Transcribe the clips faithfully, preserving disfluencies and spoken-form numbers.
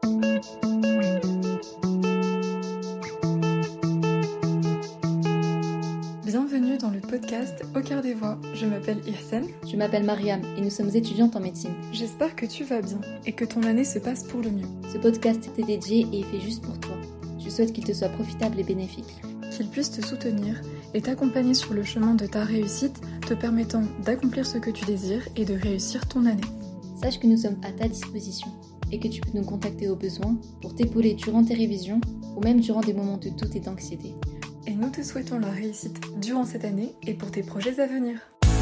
Bienvenue dans le podcast Au cœur des voix. Je m'appelle Irsem. Je m'appelle Mariam et nous sommes étudiantes en médecine. J'espère que tu vas bien et que ton année se passe pour le mieux. Ce podcast t'est dédié et est fait juste pour toi. Je souhaite qu'il te soit profitable et bénéfique. Qu'il puisse te soutenir et t'accompagner sur le chemin de ta réussite, te permettant d'accomplir ce que tu désires et de réussir ton année. Sache que nous sommes à ta disposition et que tu peux nous contacter au besoin pour t'épauler durant tes révisions ou même durant des moments de doute et d'anxiété. Et nous te souhaitons la réussite durant cette année et pour tes projets à venir.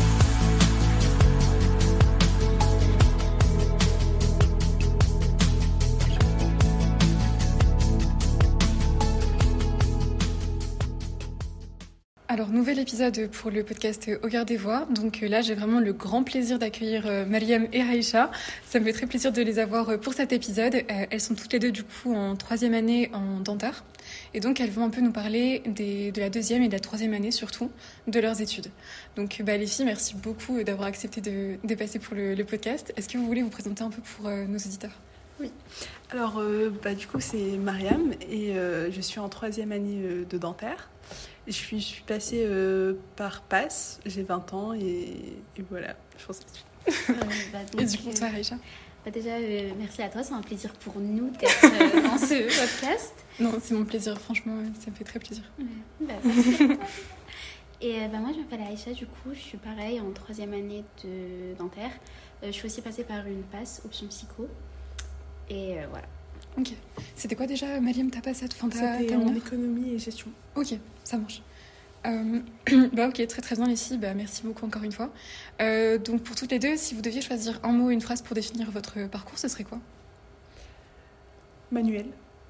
Alors, nouvel épisode pour le podcast Au cœur des voix. Donc là, j'ai vraiment le grand plaisir d'accueillir Mariam et Aïcha. Ça me fait très plaisir de les avoir pour cet épisode. Elles sont toutes les deux du coup en troisième année en dentaire. Et donc, elles vont un peu nous parler des, de la deuxième et de la troisième année surtout, de leurs études. Donc bah, les filles, merci beaucoup d'avoir accepté de, de passer pour le, le podcast. Est-ce que vous voulez vous présenter un peu pour euh, nos auditeurs ? Oui, alors euh, bah, du coup c'est Mariam et euh, je suis en troisième année euh, de dentaire. Je suis, je suis passée euh, par PASS, j'ai vingt ans et, et voilà, je pense que euh, bah, donc, Et du coup, toi, Aïcha bah, déjà, euh, merci à toi, c'est un plaisir pour nous d'être euh, dans ce podcast. Non, c'est mon plaisir, franchement, ça me fait très plaisir. Ouais, bah, merci à toi. Et euh, bah, moi, je m'appelle Aïcha, du coup, je suis pareil en troisième année de dentaire. Euh, je suis aussi passée par une PASS, option psycho. Et euh, voilà. Ok. C'était quoi déjà, Mariam, ta passe enfin, ta, C'était ta en économie et gestion. Ok, ça marche. Euh, bah ok, très très bien les filles, bah, merci beaucoup encore une fois. Euh, donc pour toutes les deux, si vous deviez choisir un mot, une phrase pour définir votre parcours, ce serait quoi ? Manuel.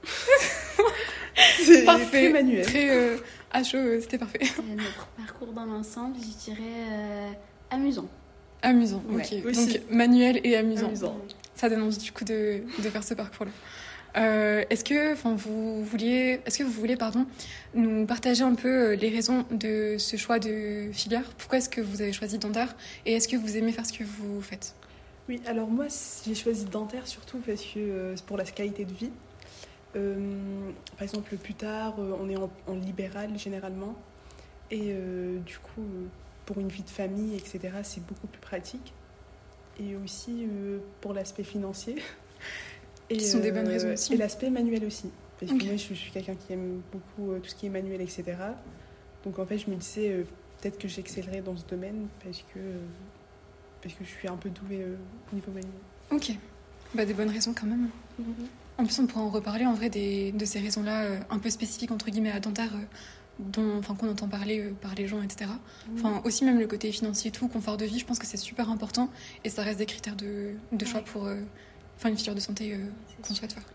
C'est parfait, très manuel. Très euh, à chaud, euh, c'était parfait. Euh, notre parcours dans l'ensemble, je dirais euh, amusant. Amusant, ok. Ouais, aussi. Donc manuel et amusant. Amusant. Ça donne envie du coup de, de faire ce parcours-là. Euh, est-ce que, enfin, vous vouliez, est-ce que vous voulez, pardon, nous partager un peu les raisons de ce choix de filière ? Pourquoi est-ce que vous avez choisi dentaire ? Et est-ce que vous aimez faire ce que vous faites ? Oui, alors moi j'ai choisi dentaire surtout parce que euh, c'est pour la qualité de vie. Euh, par exemple, plus tard, euh, on est en, en libéral généralement. Et euh, du coup, euh, pour une vie de famille, et cetera, c'est beaucoup plus pratique. Et aussi euh, pour l'aspect financier. Et, qui sont des bonnes raisons aussi. Et l'aspect manuel aussi. Parce okay. que moi, je, je suis quelqu'un qui aime beaucoup euh, tout ce qui est manuel, et cetera. Donc en fait, je me disais euh, peut-être que j'excellerais dans ce domaine parce que, euh, parce que je suis un peu douée euh, au niveau manuel. Ok. Bah, des bonnes raisons quand même. Mm-hmm. En plus, on pourra en reparler en vrai des, de ces raisons-là euh, un peu spécifiques entre guillemets à dentaire. Euh, dont, enfin, qu'on entend parler euh, par les gens, et cetera. Enfin, mmh. Aussi même le côté financier et tout, confort de vie, je pense que c'est super important et ça reste des critères de, de choix ouais. pour euh, enfin, une filière de santé euh, qu'on souhaite faire.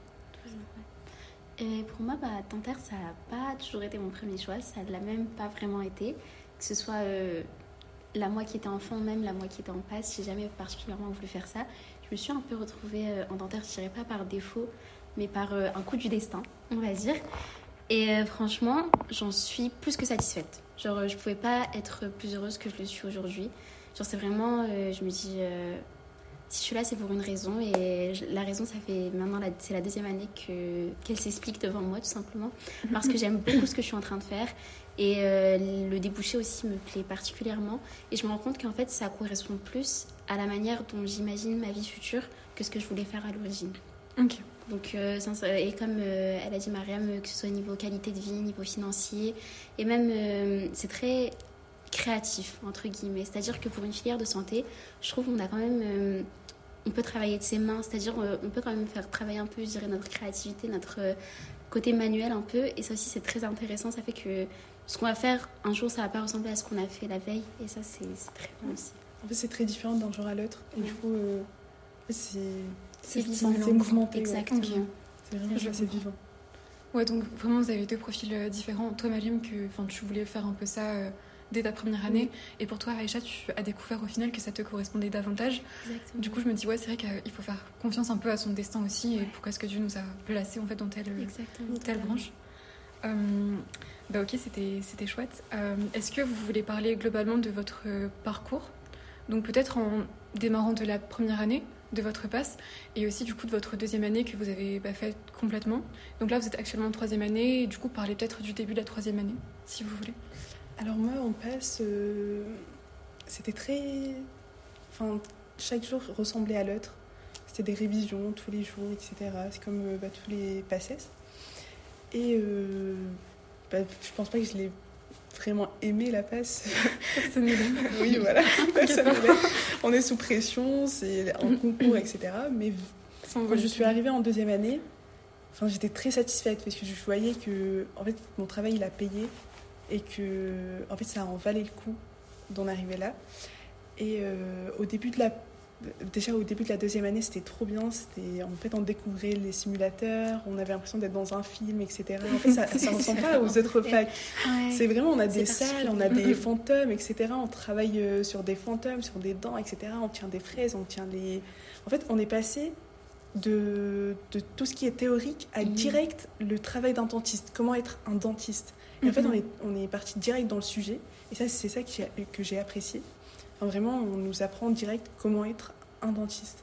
Et pour moi, bah, dentaire, ça n'a pas toujours été mon premier choix, ça ne l'a même pas vraiment été. Que ce soit euh, la moi qui était enfant, même la moi qui était en passe, j'ai jamais particulièrement voulu faire ça. Je me suis un peu retrouvée euh, en dentaire, je dirais pas par défaut, mais par euh, un coup du destin, on va dire. Et euh, franchement, j'en suis plus que satisfaite. Genre, je pouvais pas être plus heureuse que je le suis aujourd'hui. Genre, c'est vraiment, euh, je me dis, euh, si je suis là, c'est pour une raison. Et je, la raison, ça fait maintenant, la, c'est la deuxième année que, qu'elle s'explique devant moi, tout simplement. Parce que j'aime beaucoup ce que je suis en train de faire. Et euh, le débouché aussi me plaît particulièrement. Et je me rends compte qu'en fait, ça correspond plus à la manière dont j'imagine ma vie future que ce que je voulais faire à l'origine. Ok. Donc, euh, et comme euh, elle a dit Mariam, euh, que ce soit niveau qualité de vie, niveau financier, et même euh, c'est très créatif, entre guillemets. C'est-à-dire que pour une filière de santé, je trouve qu'on a quand même, euh, on peut travailler de ses mains, c'est-à-dire euh, on peut quand même faire travailler un peu, je dirais, notre créativité, notre euh, côté manuel un peu, et ça aussi c'est très intéressant, ça fait que ce qu'on va faire un jour, ça va pas ressembler à ce qu'on a fait la veille, et ça c'est, c'est très bien aussi. En fait, c'est très différent d'un jour à l'autre, et ouais. du coup, euh, c'est... C'est, c'est vivant, c'est mouvementé. Exactement. Ouais. C'est vraiment c'est, c'est vivant. Ouais, donc vraiment, vous avez deux profils différents. Toi, Mariam, que tu voulais faire un peu ça euh, dès ta première année. Oui. Et pour toi, Aïcha, tu as découvert au final que ça te correspondait davantage. Exactement. Du coup, je me dis, ouais, c'est vrai qu'il faut faire confiance un peu à son destin aussi. Ouais. Et pourquoi est-ce que Dieu nous a placés en fait, dans telle, telle branche. Euh, bah ok, c'était, c'était chouette. Euh, est-ce que vous voulez parler globalement de votre parcours ? Donc peut-être en démarrant de la première année. de votre passe et aussi du coup de votre deuxième année que vous avez bah, fait complètement. Donc là, vous êtes actuellement en troisième année et du coup, parlez peut-être du début de la troisième année, si vous voulez. Alors moi, on passe... Euh, c'était très... Enfin, chaque jour ressemblait à l'autre. C'était des révisions tous les jours, et cetera. C'est comme euh, bah, tous les passes. Et euh, bah, je pense pas que je l'ai vraiment aimé, la passe. Personne ne l'aime. Oui, voilà. Personne ne l'aime. On est sous pression, c'est un concours, et cetera. Mais quand je suis arrivée en deuxième année, enfin, j'étais très satisfaite parce que je voyais que en fait, mon travail, il a payé et que en fait, ça en valait le coup d'en arriver là. Et euh, au début de la Déjà au début de la deuxième année, c'était trop bien. C'était, en fait, on découvrait les simulateurs, on avait l'impression d'être dans un film, et cetera. En fait, ça ne ressemble pas aux autres facs. Ouais. C'est vraiment, on a des salles, on a des fantômes, et cetera. On travaille sur des fantômes, sur des dents, et cetera. On tient des fraises, on tient les... En fait, on est passé de, de tout ce qui est théorique à mmh. direct le travail d'un dentiste. Comment être un dentiste. Et mmh. en fait, on est, on est parti direct dans le sujet. Et ça, c'est ça que j'ai, que j'ai apprécié. Enfin, vraiment, on nous apprend direct comment être un dentiste.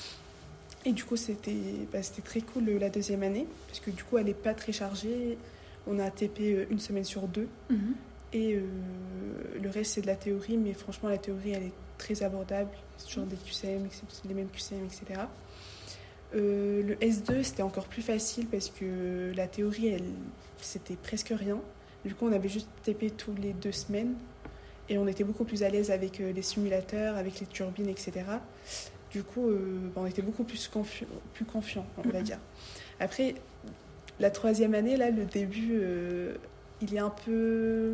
Et du coup, c'était, bah, c'était très cool la deuxième année, parce que du coup, elle n'est pas très chargée. On a A T P une semaine sur deux. Mm-hmm. Et euh, le reste, c'est de la théorie, mais franchement, la théorie, elle est très abordable. C'est toujours des Q C M, les mêmes Q C M, et cetera. Euh, le S deux, c'était encore plus facile, parce que la théorie, elle, c'était presque rien. Du coup, on avait juste T P tous les deux semaines. Et on était beaucoup plus à l'aise avec les simulateurs, avec les turbines, et cetera. Du coup, euh, on était beaucoup plus, confi- plus confiants, on va dire. Après, la troisième année, là, le début, euh, il est un peu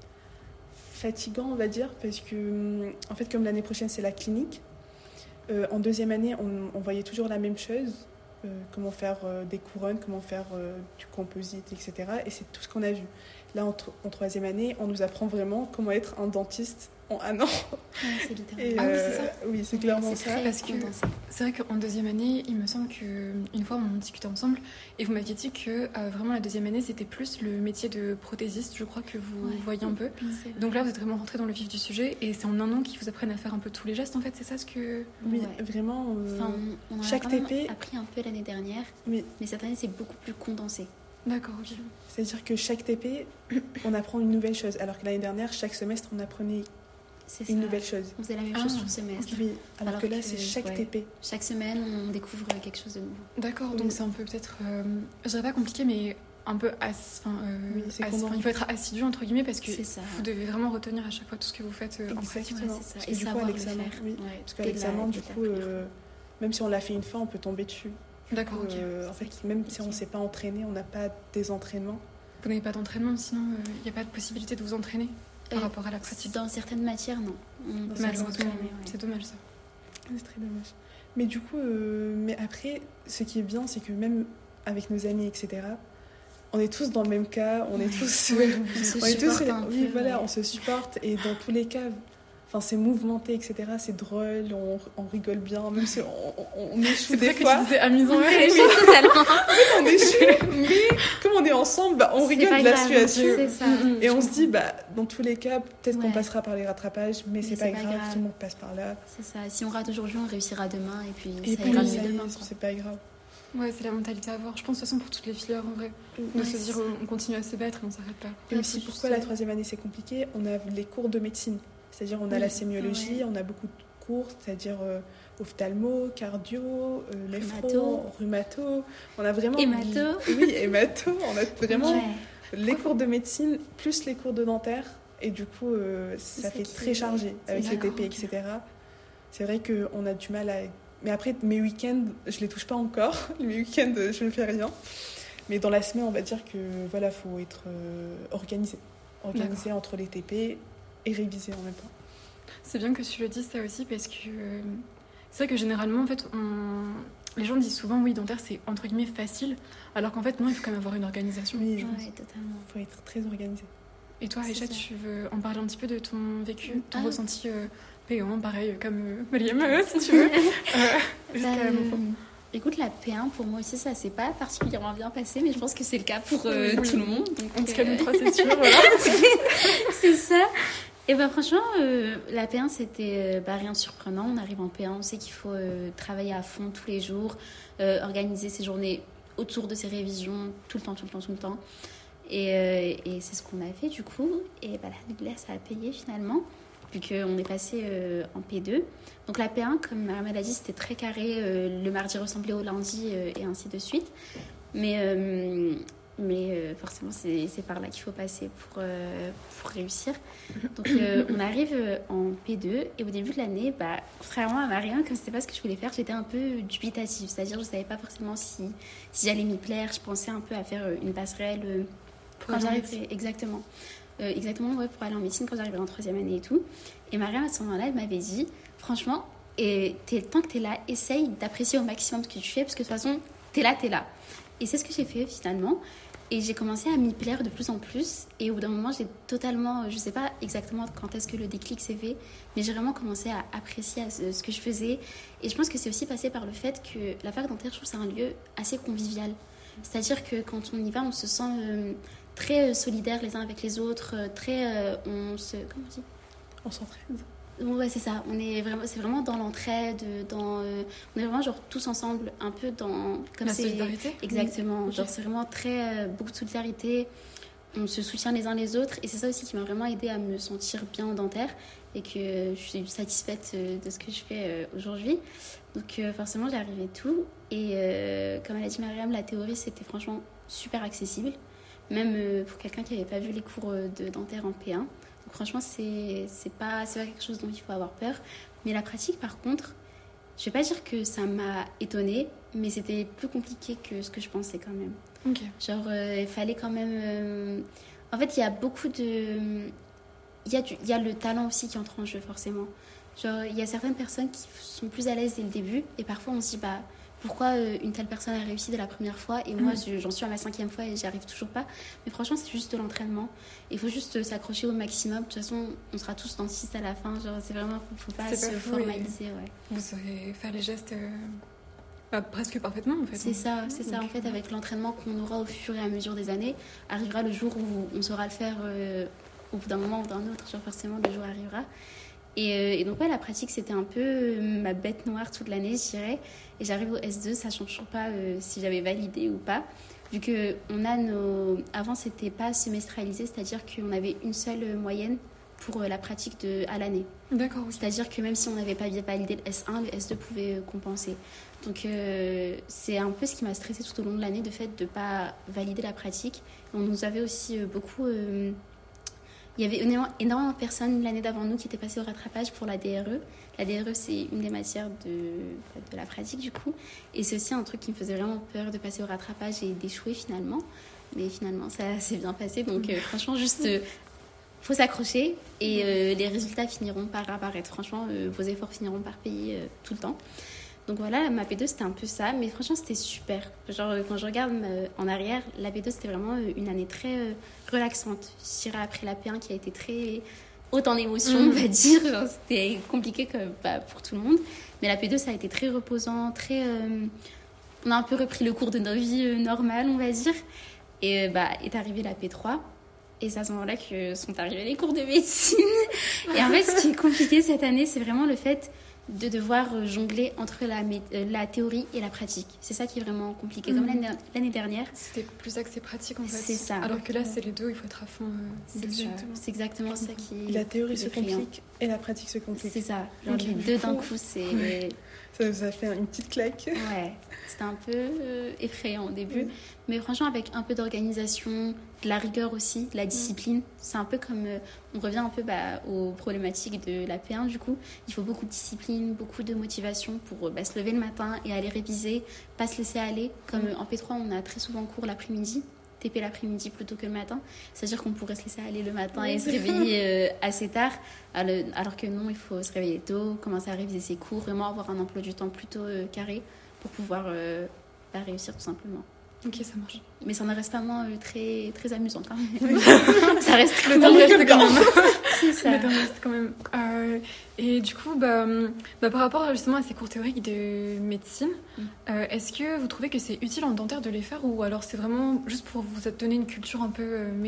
fatigant, on va dire, parce que, en fait, comme l'année prochaine, c'est la clinique, euh, en deuxième année, on, on voyait toujours la même chose, euh, comment faire euh, des couronnes, comment faire euh, du composite, et cetera. Et c'est tout ce qu'on a vu. Là, en, tr- en troisième année, on nous apprend vraiment comment être un dentiste en un an. Ouais, c'est littéralement. Et, ah euh, oui, c'est ça. Oui, c'est clairement c'est ça. Parce que c'est vrai qu'en deuxième année, il me semble qu'une fois, on discutait ensemble et vous m'aviez dit que euh, vraiment la deuxième année, c'était plus le métier de prothésiste, je crois que vous ouais. voyez un peu. Donc là, vous êtes vraiment rentré dans le vif du sujet et c'est en un an qu'ils vous apprennent à faire un peu tous les gestes, en fait, c'est ça ce que... Oui, ouais. vraiment. Euh, enfin, on, on chaque T P... a appris un peu l'année dernière, oui. mais cette année, c'est beaucoup plus condensé. D'accord, ok. C'est-à-dire que chaque T P, on apprend une nouvelle chose, alors que l'année dernière, chaque semestre, on apprenait c'est une ça. nouvelle chose. On faisait la même ah, chose tout le semestre. Oui, alors, alors que là, que, c'est chaque ouais. T P. Chaque semaine, on découvre quelque chose de nouveau. D'accord, donc oui. c'est un peu peut-être, euh, je dirais pas compliqué, mais un peu as, enfin, euh, oui, c'est as, il faut être assidu entre guillemets parce que vous devez vraiment retenir à chaque fois tout ce que vous faites euh, en pratique. Ouais, c'est ça. Et, et du coup, à l'examen, oui. Ouais, parce qu'à l'examen, du coup, euh, même si on l'a fait une fois, on peut tomber dessus. D'accord, ok. Euh, en fait, même si on ne s'est pas entraîné, on n'a pas des entraînements. Vous n'avez pas d'entraînement, sinon il euh, n'y a pas de possibilité de vous entraîner par euh, rapport à la pratique. Dans certaines matières, non. On Malheureusement, ouais. c'est dommage ça. C'est très dommage. Mais du coup, euh, mais après, ce qui est bien, c'est que même avec nos amis, et cetera, on est tous dans le même cas, on est tous... Oui, on se on est tous, un oui, peu, voilà, ouais. on se supporte et dans tous les cas... Enfin, c'est mouvementé, et cetera. C'est drôle, on, on rigole bien, même si on, on, on échoue c'est des fois. C'est fois. que tu disais amusant. Oui, oui, totalement. On échoue, mais comme on est ensemble, bah, on c'est rigole de la grave, situation. C'est ça. Et on se dit, bah, dans tous les cas, peut-être ouais. qu'on passera par les rattrapages, mais, mais c'est, c'est pas, pas grave, grave, tout le monde passe par là. C'est ça. Si on rate aujourd'hui, on réussira demain, et puis et ça puis, ira mieux ça demain. Est, c'est pas grave. Ouais, c'est la mentalité à avoir. Je pense de toute façon pour toutes les filières en vrai. De ouais, se dire, on continue à se battre et on s'arrête pas. Et aussi, pourquoi la troisième année c'est compliqué ? On a les cours de médecine. C'est-à-dire, on a oui, la sémiologie, ouais. on a beaucoup de cours, c'est-à-dire euh, ophtalmo, cardio, euh, néphro, rhumato. On a vraiment... Hémato. Oui, hémato. On a vraiment ouais. les cours de médecine plus les cours de dentaire. Et du coup, euh, ça c'est fait très chargé avec les T P, et cetera. C'est vrai qu'on a du mal à... Mais après, mes week-ends, je les touche pas encore. Mes week-ends, je ne fais rien. Mais dans la semaine, on va dire que voilà, faut être euh, organisé. Organisé D'accord. entre les T P et réviser en même temps. C'est bien que tu le dises ça aussi parce que euh, c'est vrai que généralement en fait on... les gens disent souvent oui dentaire c'est entre guillemets facile alors qu'en fait non il faut quand même avoir une organisation. Oui, ouais, totalement. Il faut être très organisé. Et toi Aïcha tu veux en parler un petit peu de ton vécu, ton ah. ressenti euh, P un pareil comme euh, Mariam euh, si tu veux. euh, bah, euh, écoute la P un pour moi aussi ça s'est pas particulièrement bien passé mais je pense que c'est le cas pour euh, oui. tout le monde. Donc, en tout cas nous trois c'est sûr. Voilà. c'est ça. Et bah franchement, euh, la P un, c'était euh, bah, rien de surprenant. On arrive en P un, on sait qu'il faut euh, travailler à fond tous les jours, euh, organiser ses journées autour de ses révisions, tout le temps, tout le temps, tout le temps. Et, euh, et c'est ce qu'on a fait du coup. Et bah, l'année ça a payé finalement, vu qu'on est passé euh, en P deux. Donc la P un, comme Mariam l'a dit, c'était très carré. Euh, le mardi ressemblait au lundi euh, et ainsi de suite. Mais... Euh, Mais euh, forcément, c'est, c'est par là qu'il faut passer pour, euh, pour réussir. Donc, euh, on arrive euh, en P deux. Et au début de l'année, bah, contrairement à Mariam, comme c'était pas ce que je voulais faire, j'étais un peu dubitative. C'est-à-dire, je savais pas forcément si, si j'allais m'y plaire. Je pensais un peu à faire une passerelle euh, quand j'arrivais. Exactement. Euh, exactement, ouais, pour aller en médecine quand j'arrivais en troisième année et tout. Et Mariam, à ce moment-là, elle m'avait dit, franchement, et t'es, tant que t'es là, essaye d'apprécier au maximum ce que tu fais, parce que de toute façon, t'es là, t'es là. Et c'est ce que j'ai fait finalement. Et j'ai commencé à m'y plaire de plus en plus. Et au bout d'un moment, j'ai totalement... Je ne sais pas exactement quand est-ce que le déclic s'est fait, mais j'ai vraiment commencé à apprécier ce que je faisais. Et je pense que c'est aussi passé par le fait que la fac dentaire, je trouve, c'est un lieu assez convivial. C'est-à-dire que quand on y va, on se sent euh, très solidaires les uns avec les autres, très... Euh, on se... Comment on dit ? On s'entraide. Ouais, c'est ça. On est vraiment, c'est vraiment dans l'entraide, dans, euh, on est vraiment genre tous ensemble, un peu dans comme la c'est, solidarité. Exactement. Okay. Genre c'est vraiment très euh, beaucoup de solidarité. On se soutient les uns les autres et c'est ça aussi qui m'a vraiment aidée à me sentir bien en dentaire et que je suis satisfaite de ce que je fais euh, aujourd'hui. Donc euh, forcément j'ai arrivé tout et euh, comme elle a dit Mariam, la théorie c'était franchement super accessible, même euh, pour quelqu'un qui n'avait pas vu les cours de dentaire en P un. Donc franchement, c'est, c'est, pas, c'est pas quelque chose dont il faut avoir peur. Mais la pratique, par contre, je vais pas dire que ça m'a étonnée, mais c'était plus compliqué que ce que je pensais quand même. Okay. Genre, euh, il fallait quand même... Euh... En fait, il y a beaucoup de... Il y a, du... il y a le talent aussi qui entre en jeu, forcément. Genre, il y a certaines personnes qui sont plus à l'aise dès le début, et parfois on se dit, bah... Pourquoi une telle personne a réussi dès la première fois et moi mmh. j'en suis à ma cinquième fois et j'y arrive toujours pas. Mais franchement c'est juste de l'entraînement. Il faut juste s'accrocher au maximum. De toute façon on sera tous dans le six à la fin. Genre c'est vraiment, faut, faut pas c'est se pas formaliser. Ouais. Vous saurez faire les gestes euh, bah, presque parfaitement en fait. C'est ça, c'est ça. En fait avec l'entraînement qu'on aura au fur et à mesure des années, arrivera le jour où on saura le faire euh, au bout d'un moment ou d'un autre. Genre forcément le jour arrivera. Et, euh, et donc ouais, la pratique c'était un peu euh, ma bête noire toute l'année je dirais, et j'arrive au S deux sachant toujours pas euh, si j'avais validé ou pas, vu que on a nos... avant c'était pas semestralisé, c'est-à-dire qu'on avait une seule moyenne pour euh, la pratique de... à l'année. D'accord. Oui. C'est-à-dire que même si on n'avait pas validé le S un, le S deux pouvait euh, compenser. Donc euh, c'est un peu ce qui m'a stressée tout au long de l'année, de fait de pas valider la pratique. On nous avait aussi euh, beaucoup euh, Il y avait énormément de personnes l'année d'avant nous qui étaient passées au rattrapage pour la D R E. La D R E, c'est une des matières de, de la pratique, du coup. Et c'est aussi un truc qui me faisait vraiment peur de passer au rattrapage et d'échouer, finalement. Mais finalement, ça s'est bien passé. Donc, euh, franchement, juste, il euh, faut s'accrocher et euh, les résultats finiront par apparaître. Franchement, euh, vos efforts finiront par payer euh, tout le temps. Donc voilà, ma P deux, c'était un peu ça. Mais franchement, c'était super. Genre, quand je regarde euh, en arrière, la P deux, c'était vraiment une année très euh, relaxante. Je dirais après la P un qui a été très haute en émotions, mmh. on va dire. Genre, c'était compliqué comme, bah, pour tout le monde. Mais la P deux, ça a été très reposant, très... Euh... On a un peu repris le cours de nos vies euh, normales, on va dire. Et bah, est arrivée la P trois. Et c'est à ce moment-là que sont arrivés les cours de médecine. Et en fait, ce qui est compliqué cette année, c'est vraiment le fait de devoir jongler entre la, la théorie et la pratique. C'est ça qui est vraiment compliqué. Comme mmh. l'année, l'année dernière... C'était plus axé pratique, en fait. C'est ça. Alors que là, c'est les deux, il faut être à fond. Euh, c'est, exactement. c'est exactement ça qui... La théorie se complique et la pratique se complique. C'est ça. Genre okay. Les deux d'un coup, c'est... Ouais. Ça vous a fait une petite claque. Ouais. C'était un peu euh, effrayant au début. Mmh. Mais franchement, avec un peu d'organisation, de la rigueur aussi, de la discipline, mmh. c'est un peu comme... Euh, on revient un peu bah, aux problématiques de la P un, du coup. Il faut beaucoup de discipline, beaucoup de motivation pour bah, se lever le matin et aller réviser, pas se laisser aller. Comme mmh. euh, en P trois, on a très souvent cours l'après-midi. T P l'après-midi plutôt que le matin. C'est-à-dire qu'on pourrait se laisser aller le matin et se réveiller euh, assez tard. Alors que non, il faut se réveiller tôt, commencer à réviser ses cours, vraiment avoir un emploi du temps plutôt euh, carré pour pouvoir euh, bah, réussir tout simplement. Ok, ça marche. Mais ça ne reste pas moins euh, très, très amusant quand même. Ça reste le temps reste quand même. C'est ça. Le temps reste quand même. Euh, et du coup, bah, bah, par rapport justement à ces cours théoriques de médecine, mm. euh, est-ce que vous trouvez que c'est utile en dentaire de les faire ou alors c'est vraiment juste pour vous donner une culture un peu euh, médicale ?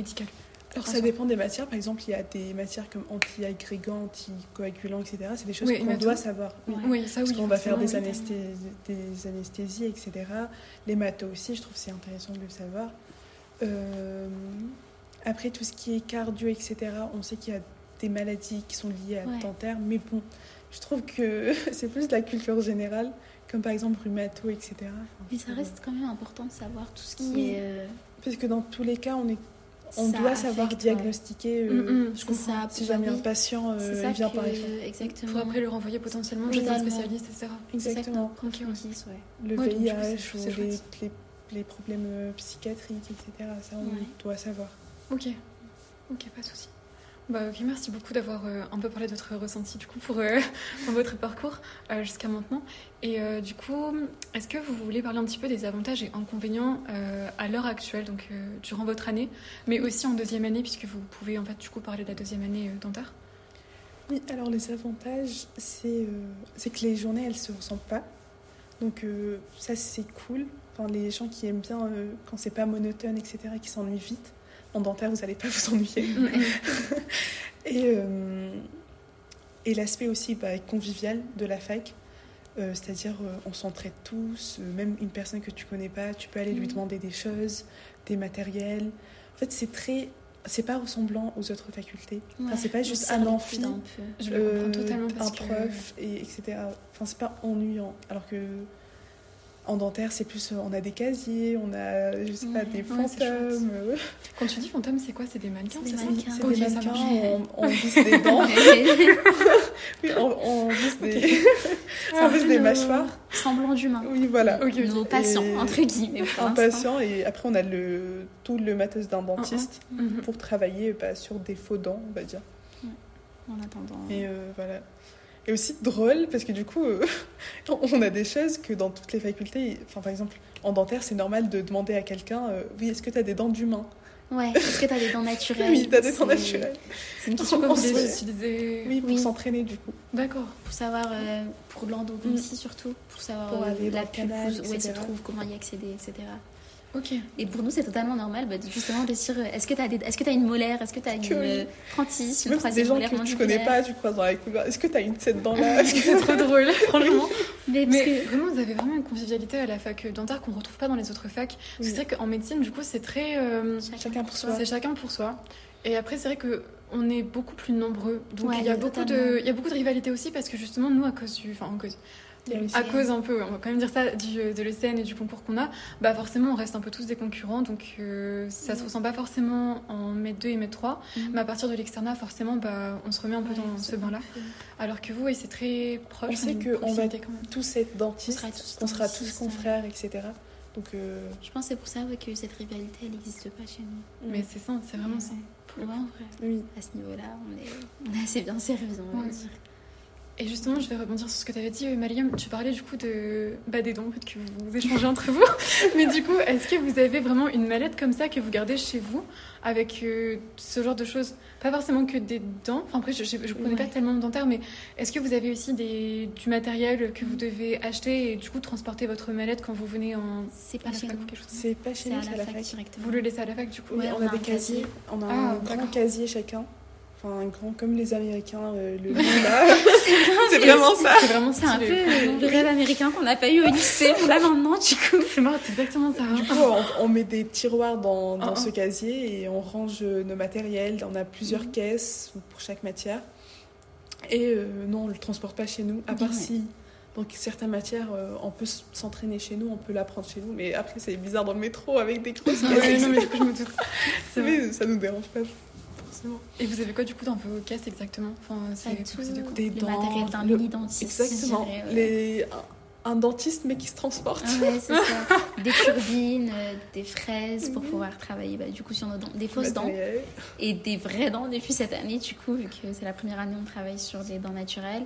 Alors ça dépend des matières. Par exemple, il y a des matières comme anti-agrégants, anticoagulants, et cetera. C'est des choses Oui, qu'on mais doit tout- savoir. Oui. Oui, ça Parce oui. qu'on va faire des, forcément. anesthésies, des anesthésies, et cetera. Les matos aussi, je trouve que c'est intéressant de le savoir. Euh, Après, tout ce qui est cardio, et cetera, on sait qu'il y a des maladies qui sont liées à Ouais. dentaire. Mais bon, je trouve que c'est plus de la culture générale, comme par exemple rhumato, et cetera. Enfin, Mais je ça trouve- reste quand même important de savoir tout ce qui Oui. est. euh, Parce que dans tous les cas, on, est... on ça doit savoir affecte, ouais. diagnostiquer euh, Mm, mm, je C'est comprends. ça. si bah jamais oui. un patient euh, C'est ça il vient que- par exemple. Exactement. Il faut après le renvoyer potentiellement chez un Totalement. spécialiste, et cetera. C'est ça que Exactement. nos profs Ok, ouais. nous disent, ouais. Le Ouais, donc, du coup, V I H c'est- ou c'est les, chouette. les, les problèmes euh, psychiatriques, et cetera. Ça, on Ouais. doit savoir. Ok, ok, pas de souci. Bah, ok, merci beaucoup d'avoir euh, un peu parlé de votre ressenti du coup pour, euh, pour votre parcours euh, jusqu'à maintenant. Et euh, du coup, est-ce que vous voulez parler un petit peu des avantages et inconvénients euh, à l'heure actuelle, donc euh, durant votre année, mais aussi en deuxième année, puisque vous pouvez en fait du coup parler de la deuxième année euh, dentaire. Oui, alors les avantages, c'est euh, c'est que les journées, elles se ressemblent pas. Donc euh, ça, c'est cool. Enfin, les gens qui aiment bien euh, quand c'est pas monotone, et cetera, qui s'ennuient vite. En dentaire, vous n'allez pas vous ennuyer. Et, euh, et l'aspect aussi bah, convivial de la fac, euh, c'est-à-dire euh, on s'entraide tous, euh, même une personne que tu connais pas, tu peux aller lui Mhm. demander des choses, des matériels. En fait, c'est très, c'est pas ressemblant aux autres facultés. Enfin, Ouais, c'est pas on juste se un sert amphi, les coudes un peu. Je le euh, comprends totalement parce un que prof, et, etc. Enfin, c'est pas ennuyant. Alors que en dentaire, c'est plus, euh, on a des casiers, on a, je sais pas, Ouais, des ouais, c'est chouette. fantômes. euh, quand tu dis fantôme, c'est quoi? C'est des mannequins, C'est c'est des ça? mannequins. C'est Ok, des ça mannequins, marche. on, on visse des dents. Oui, on, on visse des, on visse des mâchoires. Semblant d'humain. Oui, voilà. Ok, ok. Nos patients, Et- entre guillemets. pour Un l'instant. patient, et après, on a le, tout le matos d'un dentiste Mhm. pour travailler bah, sur des faux dents, on va dire. En attendant. Et euh, voilà. Et aussi drôle, parce que du coup, euh, on a des choses que dans toutes les facultés, enfin, par exemple, en dentaire, c'est normal de demander à quelqu'un euh, oui, est-ce que tu as des dents d'humain? Ouais, est-ce que t'as des dents naturelles? Oui, tu as des dents C'est- naturelles. C'est une question On comme Vous se- les ça. utilisez. Oui, pour Oui. s'entraîner, du coup. D'accord. Pour savoir, euh, pour l'endodontie surtout, pour savoir Pour euh, aller dans la le canal, pulpe, où elle se et cetera. trouve, comment y accéder, et cetera. Ok. Et pour nous, c'est totalement normal, bah, de- justement, de dire, euh, est-ce que t'as des, est-ce que t'as une molaire, est-ce que t'as une Que oui. euh, trentice, une Même c'est des troisième gens molaire que tu mandibulaire. connais pas, tu croises dans la couloir. Est-ce que tu as une cette dent-là? C'est trop drôle, franchement. Mais parce Mais que- vraiment, vous avez vraiment une convivialité à la fac dentaire qu'on retrouve pas dans les autres facs. Oui. C'est vrai qu'en médecine, du coup, c'est très. euh, Chacun pour soi. c'est chacun pour soi. Et après, c'est vrai que on est beaucoup plus nombreux. Donc Ouais, il y a beaucoup de, totalement. il y a beaucoup de rivalité aussi parce que justement, nous, à cause du, enfin, en cause. Il y a aussi- À cause un peu, on va quand même dire ça, du, de l'E C N et du concours qu'on a, bah forcément on reste un peu tous des concurrents, donc euh, ça se Mhm. ressent pas forcément en mètre deux et mètre trois, Mhm. mais à partir de l'externat, forcément, bah, on se remet un peu Ouais, dans c'est ce bain-là. un peu- Alors que vous, oui, c'est très proche. On sait une que on va proximité quand même. tous être dentistes, On sera tous qu'on sera tous dentistes, confrères, et cetera. Donc, euh, Je pense que c'est pour ça ouais, que cette rivalité, elle n'existe pas chez nous. Mais c'est ça, c'est vraiment ça. Ouais, en vrai. oui. À ce niveau-là, on est, on est assez bien servis, on va Ouais. dire. Et justement, je vais rebondir sur ce que tu avais dit, euh, Mariam. Tu parlais du coup de bah, des dents en fait, que vous échangez entre vous. Mais du coup, est-ce que vous avez vraiment une mallette comme ça que vous gardez chez vous avec euh, ce genre de choses? Pas forcément que des dents. Enfin, après, je ne connais pas Ouais. tellement de dentaire, mais est-ce que vous avez aussi des, du matériel que vous devez acheter et du coup transporter votre mallette quand vous venez en C'est à pas la chez fac ou nous. quelque chose comme ça? C'est pas chez C'est nous, à c'est à la la fac fac. directement. Vous le laissez à la fac du coup? Oui, Ouais, on, a des casiers. On a Ah, un grand d'accord. casier chacun. Enfin, un grand, comme les Américains, euh, le lit là. C'est vraiment ça. C'est vraiment C'est un peu stylé. euh, le rêve américain qu'on n'a pas eu au lycée. On l'a maintenant, du coup. C'est marrant, c'est exactement ça. Du coup, on, on met des tiroirs dans, dans Ah, ce ah. casier et on range nos matériels. On a plusieurs Mhm. caisses pour chaque matière. Et euh, non, on ne le transporte pas chez nous, à part Ouais. si, donc certaines matières, euh, on peut s'entraîner chez nous, on peut l'apprendre chez nous. Mais après, c'est bizarre dans le métro avec des grosses Ah caisses. ouais, non, mais du coup, je me doute. C'est vrai. Mais ça nous dérange pas forcément. Et vous avez quoi du coup dans vos caisses exactement? Enfin, Ça c'est a tout, composé de quoi? Des le dents, matériel d'un le- mini-dentiste. Exactement. je dirais, ouais. Les, un, un dentiste, mais qui se transporte. Ah ouais, c'est ça. Des turbines, euh, des fraises pour Mhm. pouvoir travailler bah, du coup sur nos dents, des fausses dents Matériel. et des vraies dents depuis cette année du coup vu que c'est la première année où on travaille sur des dents naturelles.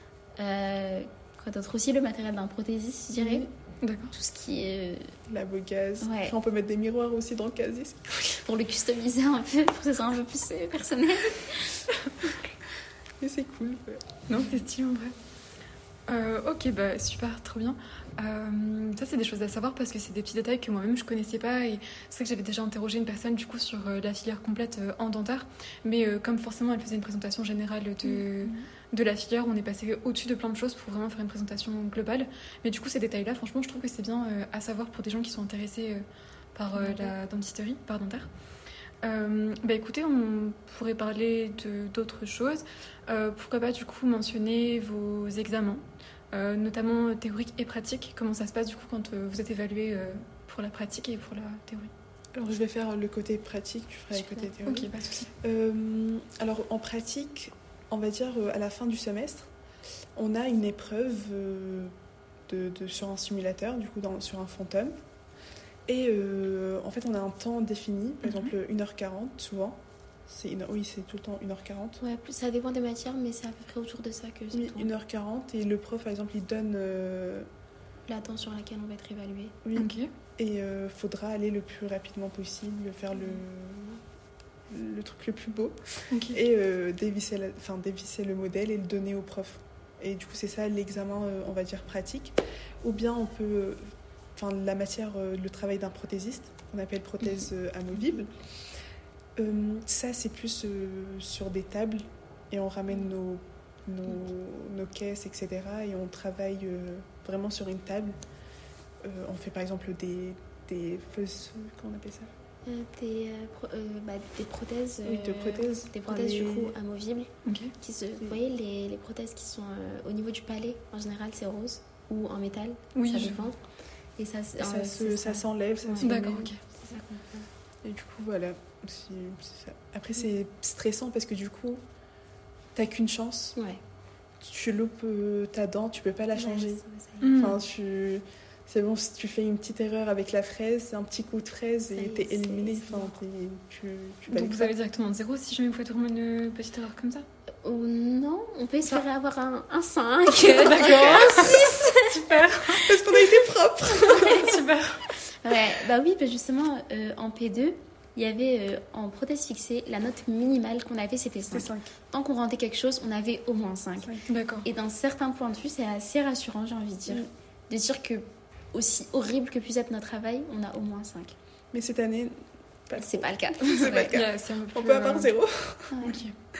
Euh, quoi d'autre aussi le matériel d'un prothésiste, je dirais. D'accord. Tout ce qui est euh, La bogaz. Ouais. Après, on peut mettre des miroirs aussi dans le casier. pour le customiser un peu, pour que ce soit un peu plus euh, personnel. Mais c'est cool. Ouais. Non, c'est stylé en vrai. Euh, ok, bah super, trop bien. Euh, ça, c'est des choses à savoir parce que c'est des petits détails que moi-même je connaissais pas. Et c'est vrai que j'avais déjà interrogé une personne du coup sur euh, la filière complète euh, en dentaire. Mais euh, comme forcément elle faisait une présentation générale de, de la filière, on est passé au-dessus de plein de choses pour vraiment faire une présentation globale. Mais du coup, ces détails-là, franchement, je trouve que c'est bien euh, à savoir pour des gens qui sont intéressés euh, par euh, la dentisterie, par dentaire. Euh, bah écoutez, on pourrait parler de, d'autres choses. Euh, pourquoi pas du coup mentionner vos examens, euh, notamment théoriques et pratiques. Comment ça se passe du coup quand euh, vous êtes évalué euh, pour la pratique et pour la théorie? Alors je vais faire le côté pratique, tu feras le côté théorique. Ok, pas de souci. Euh, alors en pratique, on va dire euh, à la fin du semestre, on a une épreuve euh, de, de, sur un simulateur, du coup dans, sur un Phantom. Et euh, en fait, on a un temps défini, par mm-hmm. exemple une heure quarante, souvent. C'est une... Oui, c'est tout le temps une heure quarante. Ouais, ça dépend des matières, mais c'est à peu près autour de ça que c'est. Oui, une heure quarante. Et le prof, par exemple, il donne. Euh... la dent sur laquelle on va être évalué. Oui. Okay. Et il euh, faudra aller le plus rapidement possible, faire le, le truc le plus beau. Okay. Et euh, dévisser, la... enfin, dévisser le modèle et le donner au prof. Et du coup, c'est ça l'examen, euh, on va dire, pratique. Ou bien on peut. Enfin, la matière, euh, le travail d'un prothésiste, qu'on appelle prothèse euh, amovible. Euh, ça, c'est plus euh, sur des tables et on ramène nos, nos, nos caisses, et cetera. Et on travaille euh, vraiment sur une table. Euh, on fait par exemple des, des fausses... Comment on appelle ça euh, des, euh, pro, euh, bah, des prothèses. Oui, de prothèses. Des prothèses les... du coup amovibles. Okay. Qui se, vous voyez les, les prothèses qui sont euh, au niveau du palais, en général c'est rose ou en métal. Oui, ça je... dépend. Et ça, ça, euh, se, ça. ça s'enlève. Ça ouais. D'accord, ok. C'est ça qu'on fait. Et du coup, voilà. C'est, c'est ça. Après, c'est stressant parce que du coup, t'as qu'une chance. Ouais. Tu loupes ta dent, tu peux pas la changer. Ouais, ça, ça enfin, tu... C'est bon, si tu fais une petite erreur avec la fraise, c'est un petit coup de fraise et t'es éliminé. Enfin, t'es, tu, tu Donc vous avez directement de zéro si jamais vous faites vraiment une petite erreur comme ça? Oh, non, on peut espérer ça... avoir un, un cinq. D'accord. Un six. Super. Parce qu'on a été propre. Ouais, super. Ouais, bah oui, bah justement, euh, en P deux, il y avait euh, en prothèse fixée, la note minimale qu'on avait, c'était cinq. cinq. Tant qu'on rendait quelque chose, on avait au moins cinq. cinq. D'accord. Et d'un certain point de vue, c'est assez rassurant, j'ai envie de dire. Mm. De dire que, aussi horrible que puisse être notre travail, on a au moins cinq. Mais cette année, pas c'est pas le cas. C'est pas le cas. Yeah, c'est on peut avoir zéro. Ouais. Ok.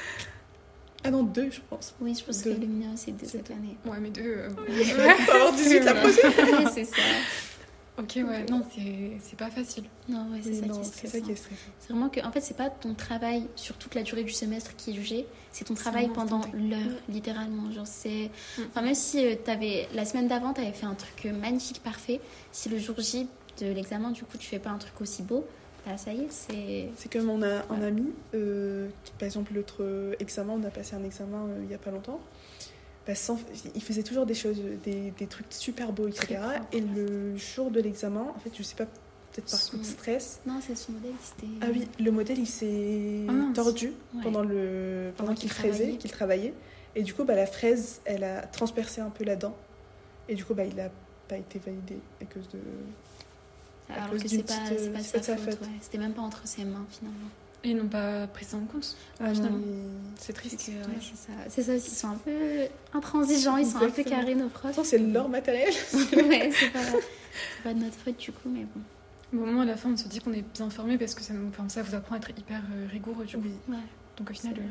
Ah non, deux, je pense. Oui, je pense deux. que le mien, c'est deux cette année. Ouais, mais deux... Euh... on va avoir dix-huit la prochaine. Oui, c'est ça. Ok, ouais, non, c'est, c'est pas facile. Non, ouais, c'est, oui, ça, non, qui est c'est ça qui est stressant. C'est vraiment que, en fait, c'est pas ton travail sur toute la durée du semestre qui est jugé, c'est ton travail c'est pendant l'heure, oui. littéralement. Genre, c'est... Mm. Enfin, même si euh, t'avais... la semaine d'avant, t'avais fait un truc magnifique, parfait, si le jour J de l'examen, du coup, tu fais pas un truc aussi beau, là, ça y est, c'est... C'est comme on a ouais. un ami, euh, qui, par exemple, l'autre examen, on a passé un examen euh, il y a pas longtemps. Bah, sans, il faisait toujours des choses, des, des trucs super beaux, et cetera. Et le jour de l'examen, en fait, je sais pas, peut-être par son... coup de stress. Non, c'est son modèle qui s'était. Ah oui, le modèle il s'est ah, tordu ouais. pendant, le, pendant, pendant qu'il, qu'il fraisait, qu'il travaillait. Et du coup, bah, la fraise, elle a transpercé un peu la dent. Et du coup, bah, il a pas été validé à cause de. Alors à cause que c'est pas, petite, c'est pas, c'est sa, pas sa faute. faute. Ouais. C'était même pas entre ses mains finalement. Et ils n'ont pas pris ça en compte. Ah, finalement. C'est triste. C'est, que, ouais, c'est ça. C'est ça aussi, ils sont un peu intransigeants, ils sont Exactement. un peu carrés, nos profs. Pourtant, c'est leur matériel. Ouais, c'est pas, c'est pas de notre faute du coup, mais bon. Bon, au moins, à la fin, on se dit qu'on est bien formé parce que ça, nous, enfin, ça vous apprend à être hyper euh, rigoureux, du coup. Oui. Ouais. Donc, au final,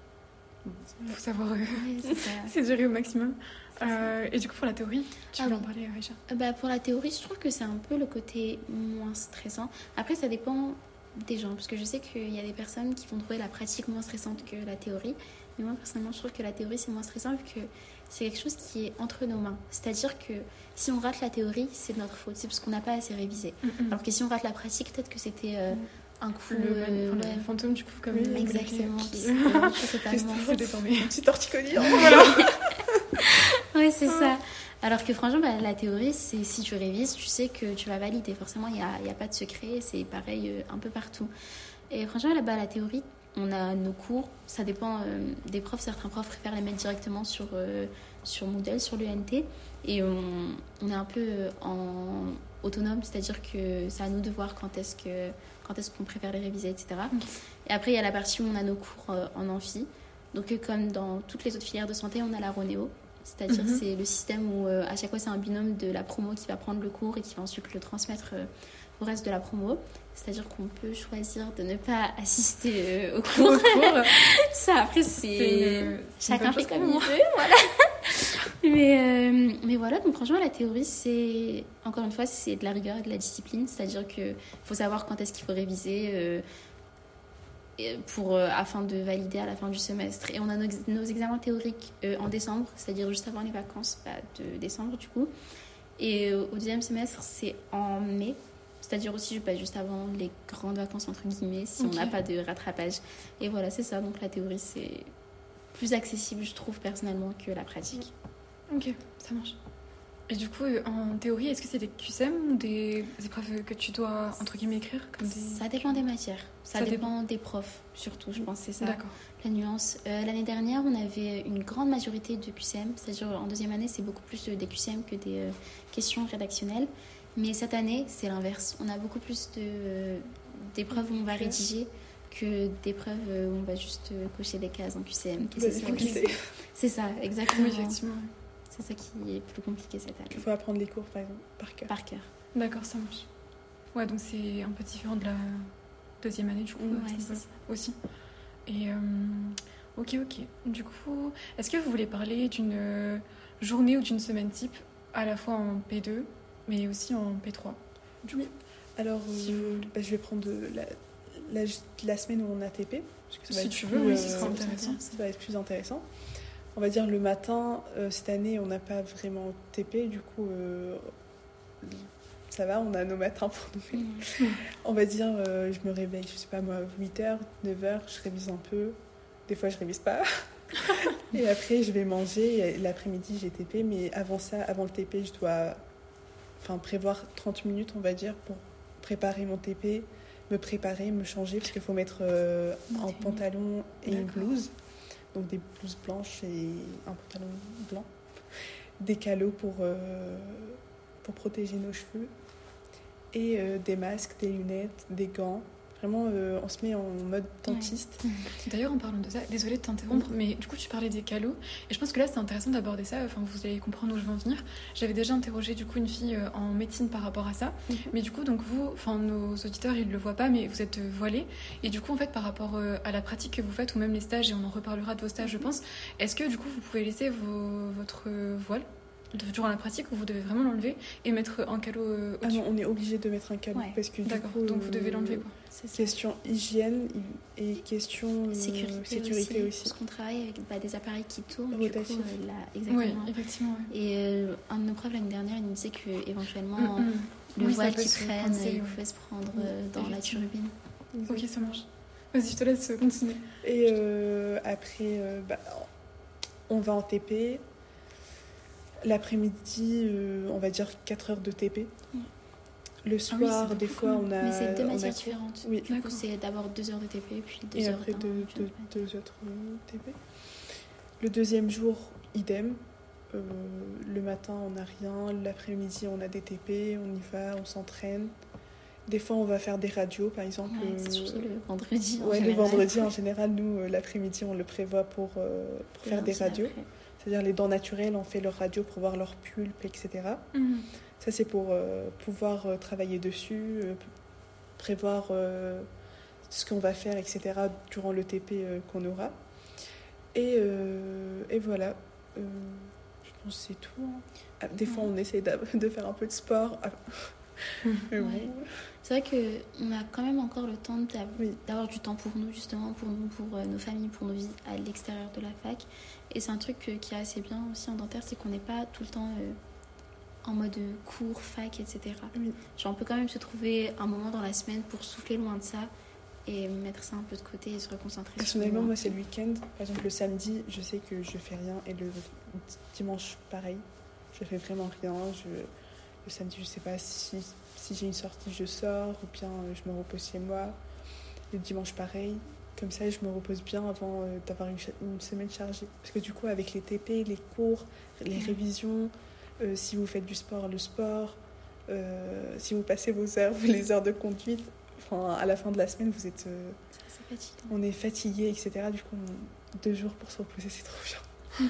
il faut savoir euh, ouais, c'est gérer au maximum. Euh, et du coup, pour la théorie, tu ah veux oui. en parler, Aïcha? bah, Pour la théorie, je trouve que c'est un peu le côté moins stressant. Après, ça dépend des gens, parce que je sais qu'il y a des personnes qui vont trouver la pratique moins stressante que la théorie. Mais moi, personnellement, je trouve que la théorie, c'est moins stressant vu que c'est quelque chose qui est entre nos mains. C'est-à-dire que si on rate la théorie, c'est de notre faute. C'est parce qu'on n'a pas assez révisé. Mm-hmm. Alors que si on rate la pratique, peut-être que c'était euh, un coup... Le, euh, le ouais. fantôme, du coup, comme... Oui, exactement. Qui... C'est totalement... Une petite torticolis. Voilà. Oui, c'est ça. Alors que franchement, bah, la théorie, c'est si tu révises, tu sais que tu vas valider. Forcément, il n'y a, y a pas de secret. C'est pareil euh, un peu partout. Et franchement, là-bas, la théorie, on a nos cours. Ça dépend euh, des profs. Certains profs préfèrent les mettre directement sur, euh, sur Moodle, sur l'U N T. Et on, on est un peu en autonome. C'est-à-dire que c'est à nous de voir quand est-ce, que, quand est-ce qu'on préfère les réviser, et cetera. Okay. Et après, il y a la partie où on a nos cours euh, en amphi. Donc, euh, comme dans toutes les autres filières de santé, on a la Ronéo. C'est-à-dire Mhm. c'est le système où euh, à chaque fois c'est un binôme de la promo qui va prendre le cours et qui va ensuite le transmettre euh, au reste de la promo. C'est-à-dire qu'on peut choisir de ne pas assister euh, au cours. Au cours. Ça, après, c'est... C'est une- c'est une Chacun bonne fait chose comme il pour veut, voilà. mais, euh, mais voilà, donc franchement, la théorie, c'est... Encore une fois, c'est de la rigueur et de la discipline. C'est-à-dire qu'il faut savoir quand est-ce qu'il faut réviser euh, et pour, euh, afin de valider à la fin du semestre. Et on a nos, nos examens théoriques euh, en décembre, c'est-à-dire juste avant les vacances bah, de décembre, du coup. Et euh, au deuxième semestre, c'est en mai. C'est-à-dire aussi bah, juste avant les grandes vacances, entre guillemets, si Ok. on n'a pas de rattrapage. Et voilà, c'est ça. Donc la théorie, c'est plus accessible, je trouve, personnellement, que la pratique. Ok, ça marche. Et du coup, euh, en théorie, est-ce que c'est des Q S M ou des épreuves que tu dois, entre guillemets, écrire comme des... Ça dépend des matières. Ça, Ça dépend des profs, surtout, je pense, c'est ça. D'accord. La nuance. Euh, l'année dernière, on avait une grande majorité de Q C M. C'est-à-dire, en deuxième année, c'est beaucoup plus euh, des Q C M que des euh, questions rédactionnelles. Mais cette année, c'est l'inverse. On a beaucoup plus de, euh, d'épreuves où on va Ok. rédiger que d'épreuves où on va juste euh, cocher des cases en Q C M. Bah, Que ce c'est soit- compliqué. C'est ça, exactement. Oui, effectivement. C'est ça qui est plus compliqué cette année. Il faut apprendre les cours, par exemple, par cœur. Par cœur. D'accord, ça marche. Ouais, donc c'est un peu différent de la deuxième année, du coup, Ouais, à ce c'est niveau-là, ça. aussi. Et euh, ok, ok. Du coup, est-ce que vous voulez parler d'une euh, journée ou d'une semaine type, à la fois en P deux, mais aussi en P trois? Oui. Alors, euh, Si vous- bah, je vais prendre de la, la, la semaine où on a T P. Parce que ça va Si être tu plus, veux, oui, euh, ce sera c'est intéressant. ça va être plus intéressant. On va dire le matin, euh, cette année, on n'a pas vraiment T P. Du coup, euh, ça va, on a nos matins pour nous. Mmh. On va dire, euh, je me réveille, je sais pas moi, huit heures, neuf heures, je révise un peu. Des fois, je révise pas. Et après, je vais manger. Et l'après-midi, j'ai T P. Mais avant ça, avant le T P, je dois enfin, prévoir trente minutes, on va dire, pour préparer mon T P, me préparer, me changer, parce qu'il faut mettre euh, Une un tenue. pantalon et une D'accord. blouse. Donc des blouses blanches et un pantalon blanc. Des calots pour, euh, pour protéger nos cheveux. Et euh, des masques, des lunettes, des gants. Vraiment, euh, on se met en mode dentiste. D'ailleurs, en parlant de ça, désolée de t'interrompre, mais du coup, tu parlais des calots. Et je pense que là, c'est intéressant d'aborder ça. Enfin, vous allez comprendre où je veux en venir. J'avais déjà interrogé du coup une fille euh, en médecine par rapport à ça. Mhm. Mais du coup, donc vous, enfin, nos auditeurs, ils le voient pas, mais vous êtes euh, voilés. Et du coup, en fait, par rapport euh, à la pratique que vous faites, ou même les stages, et on en reparlera de vos stages, je pense, est-ce que du coup, vous pouvez laisser vos- votre euh, voile de- durant la pratique, ou vous devez vraiment l'enlever et mettre un calot euh, Ah au-dessus? non, on est obligé de mettre un calot. Ouais. Parce que du D'accord, coup, donc vous euh, devez l'enlever, quoi. C'est ça. Question hygiène et question euh, Sécurité, sécurité aussi, aussi. Parce qu'on travaille avec bah, des appareils qui tournent. Rotatifs. Du coup, euh, là, Oui, exactement. effectivement. ouais. Et euh, un de nos profs l'année dernière, il nous disait que éventuellement Mm, mm. le Oui, ça voile peut qui se traîne, coincer, il ouais. pouvait se prendre euh, dans la Effectivement. turbine. Ok, ça marche. Vas-y, je te laisse continuer. Et euh, après, euh, bah, on va en T P. L'après-midi, euh, on va dire quatre heures de T P. Mm. Le Ah oui, soir, c'est des beaucoup, fois, quand on a. Mais c'est deux on a matières cours. différentes. Oui. Du coup, D'accord. c'est d'abord deux heures de T P, puis deux Et heures après, d'un- deux, d'une deux, maths. deux autres euh, T P. Le deuxième jour, idem. Euh, le matin, on n'a rien. L'après-midi, on a des T P. On y va, on s'entraîne. Des fois, on va faire des radios, par exemple. Ouais, c'est euh, surtout le vendredi. en Ouais, le général. vendredi, en général, nous, euh, l'après-midi, on le prévoit pour, euh, pour Et faire des lundi radios. après. C'est-à-dire les dents naturelles, on fait leur radio pour voir leur pulpe, et cetera. Mm. Ça, c'est pour euh, pouvoir euh, travailler dessus, euh, p- prévoir euh, ce qu'on va faire, et cetera, durant le T P euh, qu'on aura. Et, euh, et voilà. Euh, je pense que c'est tout. hein. Ah, Des fois, on essaie d'a- de faire un peu de sport. Ah. Mais bon. Ouais. C'est vrai qu'on a quand même encore le temps d'av- Oui. d'avoir du temps pour nous, justement, pour nous, pour euh, nos familles, pour nos vies à l'extérieur de la fac. Et c'est un truc euh, qui est assez bien aussi en dentaire, c'est qu'on n'est pas tout le temps euh, en mode cours, fac, et cetera. Oui. Genre, on peut quand même se trouver un moment dans la semaine pour souffler loin de ça et mettre ça un peu de côté et se reconcentrer. sur Personnellement, nous. moi, c'est le week-end. Par exemple, le samedi, je sais que je fais rien. Et le dimanche, pareil. Je fais vraiment rien. Je... Le samedi, je sais pas si, si j'ai une sortie, je sors. Ou bien euh, je me repose chez moi. Le dimanche, pareil. Comme ça, je me repose bien avant euh, d'avoir une, cha- une semaine chargée. Parce que du coup, avec les T P, les cours, les Ouais. révisions, euh, si vous faites du sport, le sport, euh, si vous passez vos heures, les heures de conduite, enfin, à la fin de la semaine, vous êtes... euh, C'est assez fatigant. on est fatigué, et cetera. Du coup, on- deux jours pour se reposer, c'est trop bien. Ok.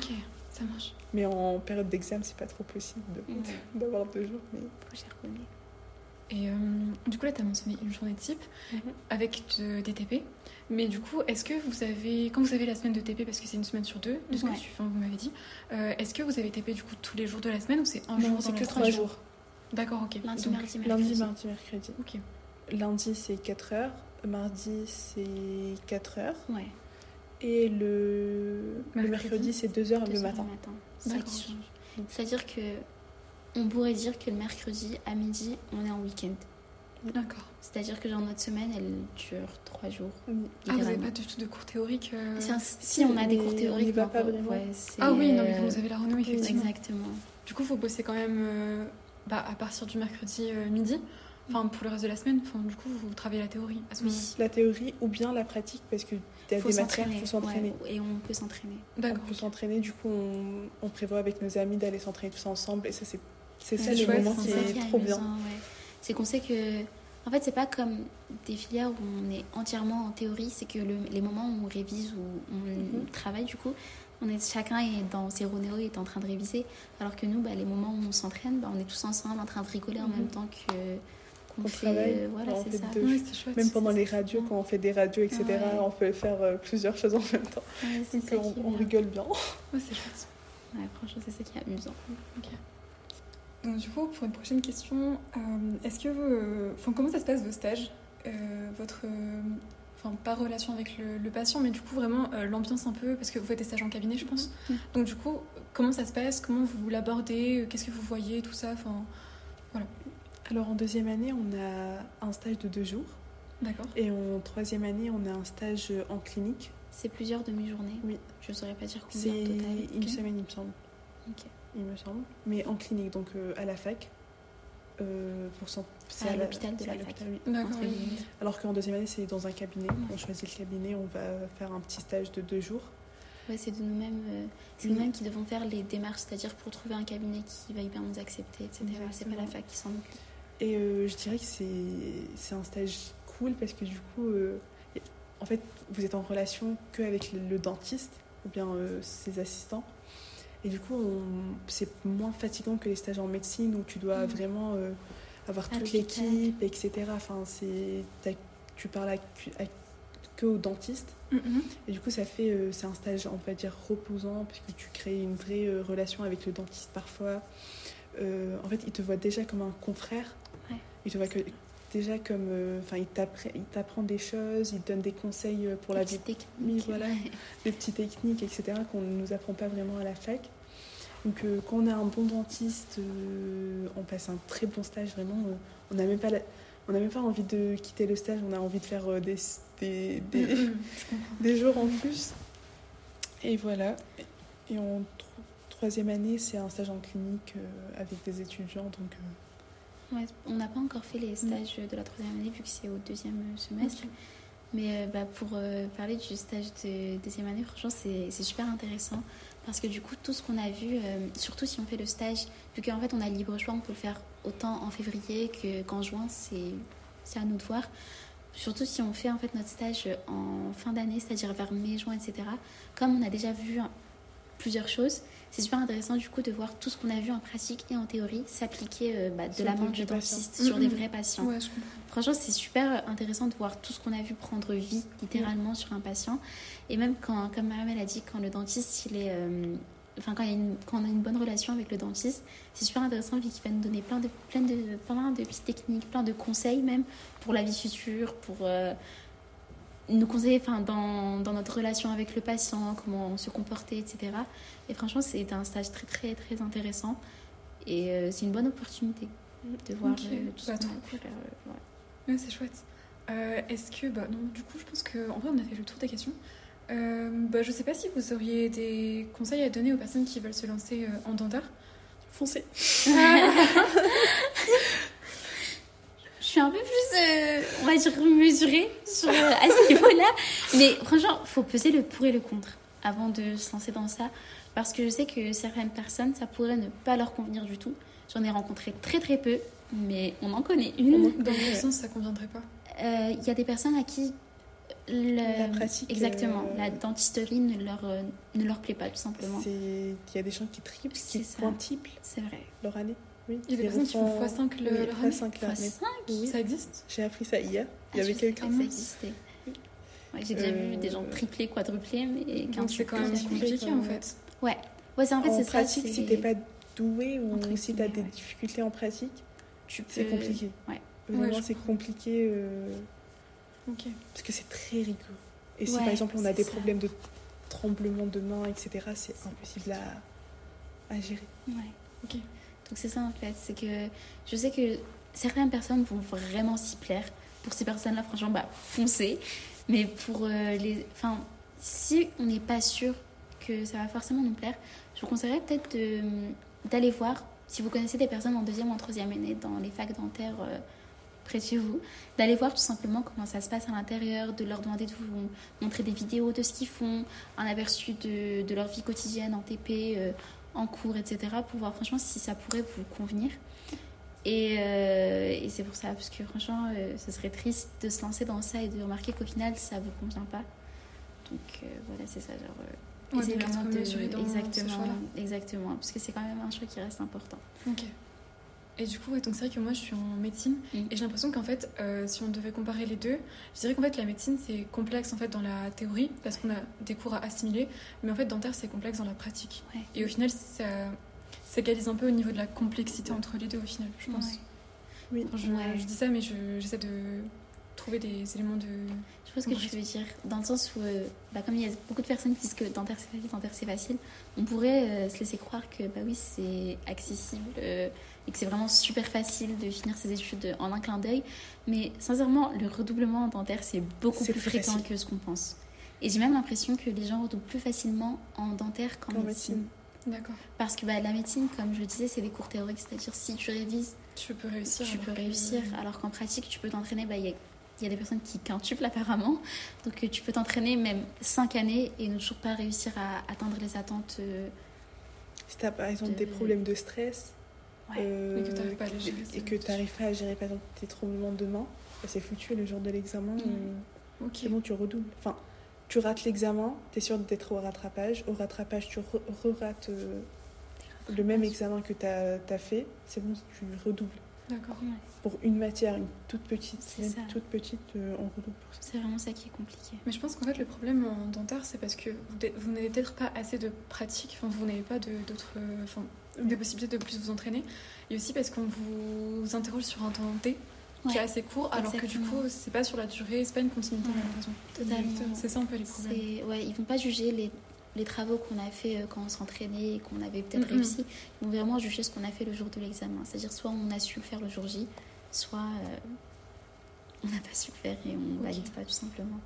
Ça marche. Mais en période d'examen, c'est pas trop possible de, Ouais. d'avoir deux jours. Mais... Faut cher connaître. Et euh, du coup, là, tu as mentionné une journée type avec de- des T P. Mais du coup, est-ce que vous avez, quand vous avez la semaine de T P, parce que c'est une semaine sur deux, de ce Ouais. que tu, enfin, vous m'avez dit, euh, est-ce que vous avez T P du coup tous les jours de la semaine ou c'est un Non, jour c'est dans que la trois semaine jours. D'accord, ok. Lundi, Donc, mardi, mercredi. Lundi, mardi, mercredi. ok. Lundi, c'est quatre heures. Mardi, c'est quatre heures. Ouais. Et le, le Mercredi, mercredi, c'est deux heures Deux le heures matin. C'est ça D'accord. qui change. Donc- C'est-à-dire que on pourrait dire que le mercredi à midi, on est en week-end. D'accord. C'est-à-dire que genre notre semaine, elle dure trois jours. Oui. Ah, vous n'avez littéralement. pas du tout de cours théoriques euh, C'est un- Si, on a des mais cours on théoriques. n'y va mais pas encore- vraiment. ouais, c'est, Ah oui, non, mais euh, quand vous avez la renou, effectivement. Exactement. Du coup, vous bossez quand même euh, bah, à partir du mercredi euh, midi. Enfin, pour le reste de la semaine, enfin, du coup, vous travaillez la théorie à ce moment-là. Oui. La théorie ou bien la pratique, parce qu'il y a Faut des matières, s'entraîner. il faut s'entraîner. Ouais, et on peut s'entraîner. D'accord. On peut s'entraîner, du coup, on, on prévoit avec nos amis d'aller s'entraîner tous ensemble. Et ça, c'est, c'est ça Ouais, le chouette, moment c'est qui ça est qui est trop bien. amusant, ouais. C'est qu'on sait que. En fait, c'est pas comme des filières où on est entièrement en théorie, c'est que le- les moments où on révise, où on Mhm. travaille, du coup, on est, chacun est dans ses ronéos, est en train de réviser. Alors que nous, bah, les moments où on s'entraîne, bah, on est tous ensemble en train de rigoler en Mhm. même temps que, qu'on Qu'on fait. travaille, euh, voilà, on c'est fait ça. deux- Oui, c'est chouette. Même pendant c'est les ça. radios, quand on fait des radios, et cetera, Ouais. on peut faire euh, plusieurs choses en même temps. Ouais, c'est Donc ça on, qui est on bien. rigole bien. Ouais, c'est chouette. Ouais, franchement, c'est ça qui est amusant. Donc, du coup, pour une prochaine question, euh, est-ce que vous, euh, enfin, comment ça se passe vos stages, euh, votre, euh, enfin, pas relation avec le, le patient, mais du coup vraiment euh, l'ambiance un peu, parce que vous faites des stages en cabinet, je pense. Mhm. Donc du coup, comment ça se passe, comment vous l'abordez, qu'est-ce que vous voyez, tout ça, enfin, Alors en deuxième année, on a un stage de deux jours. d'accord. Et en troisième année, on a un stage en clinique. C'est plusieurs demi-journées. Oui. Je saurais pas dire C'est combien au total. une Ok. semaine, il me semble. Ok. Il me semble. Mais en clinique, donc euh, à la fac. Euh, pour son... c'est À la- l'hôpital de c'est la à fac. l'hôpital, oui. D'accord, Entre oui. guillemets. Alors qu'en deuxième année, c'est dans un cabinet. On choisit le cabinet, on va faire un petit stage de deux jours. Ouais, c'est de nous-mêmes, euh, c'est Oui. nous-mêmes qui devons faire les démarches, c'est-à-dire pour trouver un cabinet qui va bien nous accepter, et cetera. C'est pas la fac qui s'en occupe. Et euh, je dirais que c'est, c'est un stage cool parce que du coup, euh, en fait, vous êtes en relation qu'avec le, le dentiste ou bien euh, ses assistants. Et du coup, on, c'est moins fatigant que les stages en médecine où tu dois Mhm. vraiment euh, avoir À toute l'hôpital. l'équipe, et cetera. Enfin, c'est, t'as- tu parles à, à- que au dentiste. Mhm. Et du coup, ça fait, euh, c'est un stage, on va dire, reposant parce que tu crées une vraie euh, relation avec le dentiste parfois. Euh, en fait, il te voit déjà comme un confrère. Ouais. Il te voit que, déjà comme... Enfin, il, t'apprend, il t'apprend des choses, il te donne des conseils euh, pour la vie. Petite technique. Oui, voilà. Des petites techniques, et cetera, qu'on ne nous apprend pas vraiment à la fac. Donc, euh, quand on a un bon dentiste, euh, on passe un très bon stage, vraiment. euh, on n'a même pas la- on n'a même pas envie de quitter le stage, on a envie de faire euh, des, des, des, Mhm. Je comprends. des jours en plus. Et voilà. Et en tro- troisième année, c'est un stage en clinique euh, avec des étudiants. Donc, euh, Ouais, on n'a pas encore fait les stages de la troisième année vu que c'est au deuxième semestre. Mais euh, bah, pour euh, parler du stage de deuxième année, franchement, c'est, c'est super intéressant. Parce que du coup, tout ce qu'on a vu, euh, surtout si on fait le stage, vu qu'en fait on a libre choix, on peut le faire autant en février que, qu'en juin, c'est, c'est à nous de voir. Surtout si on fait en fait notre stage en fin d'année, c'est-à-dire vers mai, juin, et cetera. Comme on a déjà vu hein, plusieurs choses, c'est super intéressant du coup de voir tout ce qu'on a vu en pratique et en théorie s'appliquer euh, bah, de Sur la des main du vrais patients. dentiste sur Mhm. des vrais patients. Ouais, je comprends. Franchement, c'est super intéressant de voir tout ce qu'on a vu prendre vie, littéralement, sur un patient. Et même quand, comme Mariam a dit, quand le dentiste, il est... euh, Enfin, quand, il y a une- quand on a une bonne relation avec le dentiste, c'est super intéressant vu qu'il va nous donner plein de, plein de, plein de petites techniques, plein de conseils même pour la vie future, pour euh, nous conseiller enfin, dans, dans notre relation avec le patient, comment se comporter, et cetera. Et franchement, c'est un stage très, très, très intéressant. Et euh, c'est une bonne opportunité de voir Ok, euh, tout ce bah, qu'on trop a pu faire. euh, ouais. Ouais, c'est chouette. Euh, est-ce que, bah non, du coup, je pense qu'en vrai, on a fait le tour des questions. Euh, bah, je sais pas si vous auriez des conseils à donner aux personnes qui veulent se lancer euh, en dentaire. foncez. Je suis un peu plus, euh, on va dire, mesurée sur, euh, à ce niveau-là. Mais franchement, il faut peser le pour et le contre avant de se lancer dans ça. Parce que je sais que certaines personnes, ça pourrait ne pas leur convenir du tout. J'en ai rencontré très très peu, mais on en connaît une. Dans quel sens ça conviendrait pas? Il euh, y a des personnes à qui Le- La pratique, Exactement. euh, La dentisterie ne leur, euh, ne leur plaît pas, tout simplement. C'est qu'il y a des gens qui triplent, C'est qui ça. quintuplent C'est vrai. leur année. Oui. Il y a des Ils personnes qui font refont- fois cinq le- oui, leur fois année. cinq Fois leur année. cinq. Oui. Ça existe? J'ai appris ça hier. Ah, Il y avait je savais quelqu'un. pas que ça existait. Ouais, j'ai déjà Euh, vu des gens tripler, quadrupler, mais Donc quintupler, c'est quand même jamais. compliqué en fait. Ouais. Ouais, c'est en fait, En c'est ça. pratique, c'est- si t'es pas doué ou Entre si t'as guillemets, des ouais. difficultés en pratique, tu c'est peux- compliqué. Ouais. Vraiment, Ouais, je c'est compliqué euh, Ok. parce que c'est très rigoureux. Et si Ouais, par exemple on a c'est des ça. problèmes de tremblement de main, et cetera, c'est impossible à, à gérer. Ouais. Ok. Donc c'est ça en fait, c'est que je sais que certaines personnes vont vraiment s'y plaire. Pour ces personnes-là, franchement, bah foncez. Mais pour euh, les, enfin, si on n'est pas sûr que ça va forcément nous plaire, je vous conseillerais peut-être de- d'aller voir si vous connaissez des personnes en deuxième ou en troisième année dans les facs dentaires euh, près de chez vous, d'aller voir tout simplement comment ça se passe à l'intérieur, de leur demander de vous montrer des vidéos de ce qu'ils font, un aperçu de, de leur vie quotidienne en T P, euh, en cours, et cetera, pour voir franchement si ça pourrait vous convenir. Et, euh, et c'est pour ça, parce que franchement, euh, ce serait triste de se lancer dans ça et de remarquer qu'au final, ça vous convient pas. Donc euh, voilà, c'est ça, genre... euh, Ouais, essayez donc être vraiment de... mesuré dans ce exactement, choix-là. exactement, parce que c'est quand même un choix qui reste important. Ok. Et du coup, ouais, donc c'est vrai que moi je suis en médecine Mm. et j'ai l'impression qu'en fait, euh, si on devait comparer les deux, je dirais qu'en fait la médecine c'est complexe en fait dans la théorie parce qu'on a des cours à assimiler, mais en fait dentaire c'est complexe dans la pratique. Ouais. Et au final, ça s'égalise un peu au niveau de la complexité entre les deux au final, je pense. Ouais. Oui. Enfin, je, Ouais. je dis ça, mais je- j'essaie de trouver des éléments de. Je vois ce que tu veux dire, dans le sens où, euh, bah, comme il y a beaucoup de personnes qui disent que dentaire c'est facile, dentaire c'est facile, on pourrait euh, se laisser croire que bah oui c'est accessible euh, et que c'est vraiment super facile de finir ses études en un clin d'œil. Mais sincèrement, le redoublement en dentaire c'est beaucoup C'est plus plus fréquent facile. que ce qu'on pense. Et j'ai même l'impression que les gens redoublent plus facilement en dentaire qu'en En médecine. médecine. D'accord. Parce que bah, la médecine, comme je le disais, c'est des cours théoriques, c'est-à-dire si tu révises, Tu peux réussir. tu alors peux que- réussir, alors qu'en pratique, tu peux t'entraîner. Bah, il y a, il y a des personnes qui quintuplent apparemment, donc euh, tu peux t'entraîner même cinq années et ne toujours pas réussir à atteindre les attentes. euh, Si t'as par exemple De- des problèmes de stress Ouais. euh, Et que t'arrives pas à les gérer, et c'est que sûr. t'arrives pas à gérer par exemple tes tremblements de main, bah, c'est foutu le jour de l'examen. Mm. euh, Ok. C'est bon, tu redoubles. Enfin, tu rates l'examen, t'es sûr d'être au rattrapage. Au rattrapage, tu re- re-rates euh, le même examen que t'as as fait. C'est bon, tu redoubles. D'accord. Ouais. Pour une matière, une toute petite, C'est même ça. toute petite, euh, on redouble pour ça. C'est vraiment ça qui est compliqué. Mais je pense qu'en fait, le problème en dentaire, c'est parce que vous, vous n'avez peut-être pas assez de pratique, enfin, vous n'avez pas de- d'autres, euh, enfin, des possibilités de plus vous entraîner. Et aussi parce qu'on vous interroge sur un temps T qui est Ouais, assez court, alors que du exactement. coup, c'est pas sur la durée, c'est pas une continuité, Ouais. j'ai l'impression. Totalement. C'est ça un peu les problèmes. C'est, ouais, ils vont pas juger les, les travaux qu'on a fait euh, quand on s'entraînait et qu'on avait peut-être Mm-mm. réussi. Ils vont vraiment juger ce qu'on a fait le jour de l'examen. C'est-à-dire soit on a su le faire le jour J, soit euh, on n'a pas su le faire et on Ok. valide pas tout simplement.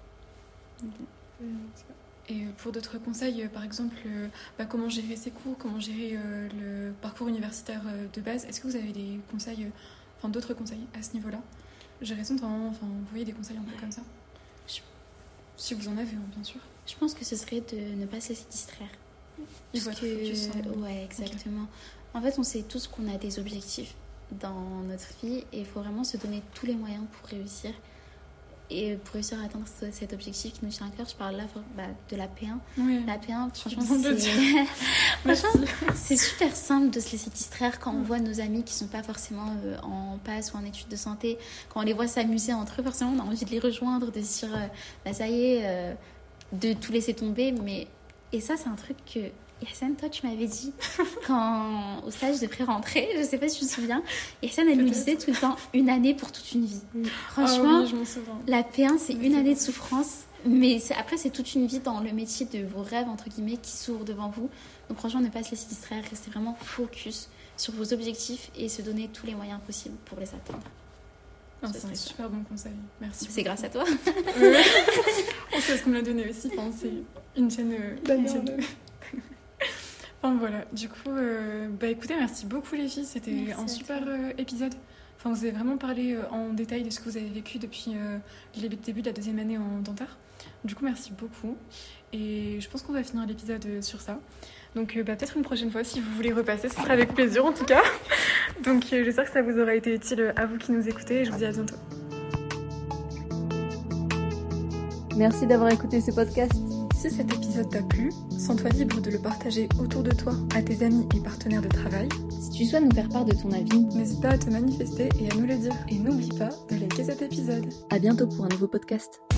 Et euh, pour d'autres conseils, euh, par exemple, euh, bah, comment gérer ses cours, comment gérer euh, le parcours universitaire euh, de base, est-ce que vous avez des conseils, euh, enfin d'autres conseils à ce niveau-là? Gérer son temps, enfin, vous voyez des conseils un peu Ouais. comme ça? Je- Si vous en avez, hein, bien sûr. Je pense que ce serait de ne pas se laisser distraire. Il faut Parce être focus, que, hein. ouais, exactement. En fait, on sait tous qu'on a des objectifs dans notre vie et il faut vraiment se donner tous les moyens pour réussir. Et pour réussir à atteindre ce- cet objectif qui nous tient à cœur, je parle là bah, de la P un. Oui. La P un, franchement, besoin de le c'est... Merci. Franchement, c'est super simple de se laisser distraire quand on voit nos amis qui sont pas forcément euh, en passe ou en études de santé. Quand on les voit s'amuser entre eux, forcément, on a envie de les rejoindre, de se dire, euh, bah, ça y est, euh, de tout laisser tomber. Mais... Et ça, c'est un truc que... Yassine, toi, tu m'avais dit quand au stage de pré-rentrée, je sais pas si tu te souviens, Yassine, elle nous Peut-être. disait tout le temps une année pour toute une vie. Oui. Franchement, Ah oui, je m'en souviens. la P un, c'est Oui, une c'est année vrai. de souffrance, mais c'est- après, c'est toute une vie dans le métier de vos rêves, entre guillemets, qui s'ouvrent devant vous. Donc, franchement, ne pas se laisser distraire, rester vraiment focus sur vos objectifs et se donner tous les moyens possibles pour les atteindre. Ah, Ce c'est un serait ça. super bon conseil. Merci. C'est grâce à toi. Oui. On sait ce qu'on me l'a donné aussi. Enfin, c'est une chaîne. euh, D'accord. une chaîne. Enfin voilà. Du coup, euh, bah écoutez, merci beaucoup les filles. C'était Merci un à super toi. euh, épisode. Enfin, vous avez vraiment parlé euh, en détail de ce que vous avez vécu depuis euh, le début de la deuxième année en dentaire. Du coup, merci beaucoup. Et je pense qu'on va finir l'épisode euh, sur ça. Donc euh, bah, peut-être une prochaine fois, si vous voulez repasser, ce sera avec plaisir en tout cas. Donc euh, j'espère que ça vous aura été utile à vous qui nous écoutez et je vous dis à bientôt. Merci d'avoir écouté ce podcast. Si cet épisode t'a plu, sens-toi libre de le partager autour de toi, à tes amis et partenaires de travail. Si tu souhaites nous faire part de ton avis, n'hésite pas à te manifester et à nous le dire. Et n'oublie pas de liker cet épisode. À bientôt pour un nouveau podcast.